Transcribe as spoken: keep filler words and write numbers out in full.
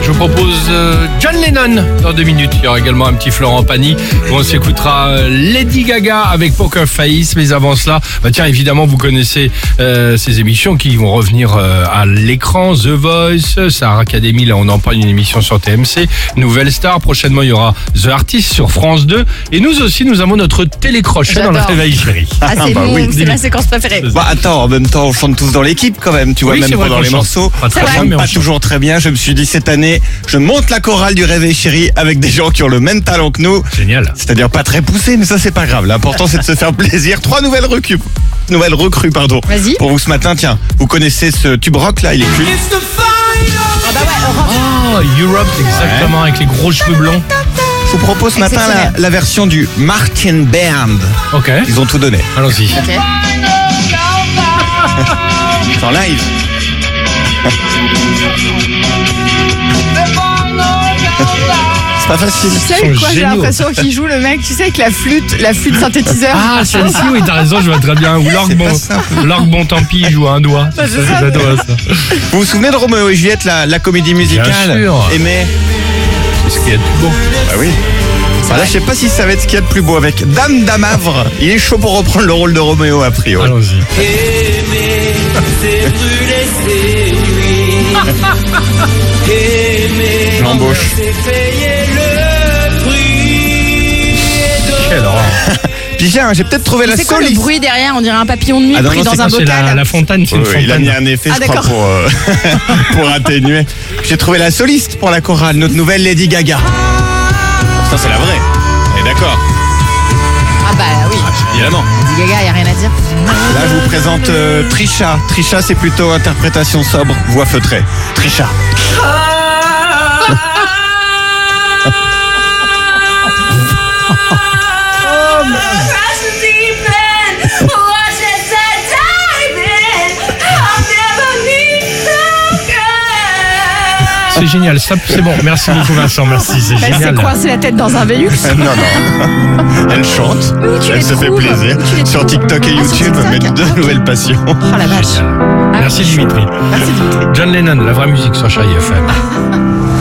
Je vous propose euh, John Lennon dans deux minutes. Il y aura également un petit Florent Pagny. On s'écoutera euh, Lady Gaga avec Poker Face. Mais avant cela, bah tiens, évidemment, vous connaissez euh, ces émissions qui vont revenir euh, à l'écran. The Voice, Star Academy, là on en parle, une émission sur T M C. Nouvelle Star, prochainement il y aura The Artist sur France deux. Et nous aussi, nous avons notre télécrochet dans le Réveil Chéri. Ah, c'est bah mon, oui. c'est ma séquence préférée. Bah attends, en même temps, on chante tous dans l'équipe quand même, tu vois, Oui, même c'est vrai pendant qu'on les chante. morceaux. Pas très On bien, chante mais on pas chante. toujours très bien. Je me suis dit cette année, je monte la chorale du Réveil Chéri avec des gens qui ont le même talent que nous. Génial. C'est-à-dire pas très poussé, mais ça c'est pas grave. L'important c'est de se faire plaisir. Trois nouvelles recrues. Nouvelles recrues, pardon. Vas-y. Pour vous ce matin, tiens, vous connaissez ce tube rock là, il est culte. Ah bah ouais, Europe. Oh, Europe, exactement, avec les gros cheveux blonds. Je vous propose ce matin la, Exceptionnel. la version du Martin Band. Ok, Ils ont tout donné. allons-y. Ok. C'est en live. C'est pas facile. Tu sais Ils sont quoi, j'ai géniaux. l'impression qu'il joue le mec, tu sais, avec la flûte, la flûte synthétiseur. Ah, celle-ci, oui, t'as raison, je vois très bien. Ou l'orgue, C'est bon, pas simple. l'orgue, bon, tant pis, il joue à un doigt. Bah, c'est ça. J'adore ça. Vous vous souvenez de Roméo et Juliette, la, la comédie musicale? Bien sûr. Aimé. C'est ce qu'il y a de plus beau. Bah oui. Bah là, je sais pas si ça va être ce qu'il y a de plus beau avec Dame Damavre. Il est chaud pour reprendre le rôle de Roméo a priori. Allons-y. Aimer, c'est brûler, c'est nuire. Aimer, L'embauche. c'est payer le prix. Quelle horreur. Puis tiens, j'ai peut-être trouvé la C'est quoi le soliste. bruit derrière? On dirait un papillon de nuit Ah non, pris non, dans c'est un C'est bocal. la, la fontaine, c'est une Oui, il a fontaine. mis un effet, Ah, je crois, d'accord. pour, euh, pour atténuer. J'ai trouvé la soliste pour la chorale, notre nouvelle Lady Gaga. Ça, c'est la vraie. On est d'accord? Ah bah oui. Évidemment. Lady Gaga, y a rien à dire. Là, je vous présente euh, Trisha. Trisha, c'est plutôt interprétation sobre, voix feutrée. Trisha. C'est génial, ça, c'est bon. Merci beaucoup, Vincent. Merci, c'est Elle s'est génial. coincée la tête dans un véhicule. non, non. Elle chante. Oui, tu Elle les se fait trouves. plaisir. Oui, tu les Sur trouves. TikTok et Ah, sur YouTube, TikTok. mais deux Ok. nouvelles passions. Oh la vache. Génial. Ah, Merci chaud. Dimitri. Merci Dimitri. John Lennon, la vraie musique sur Chérie F M.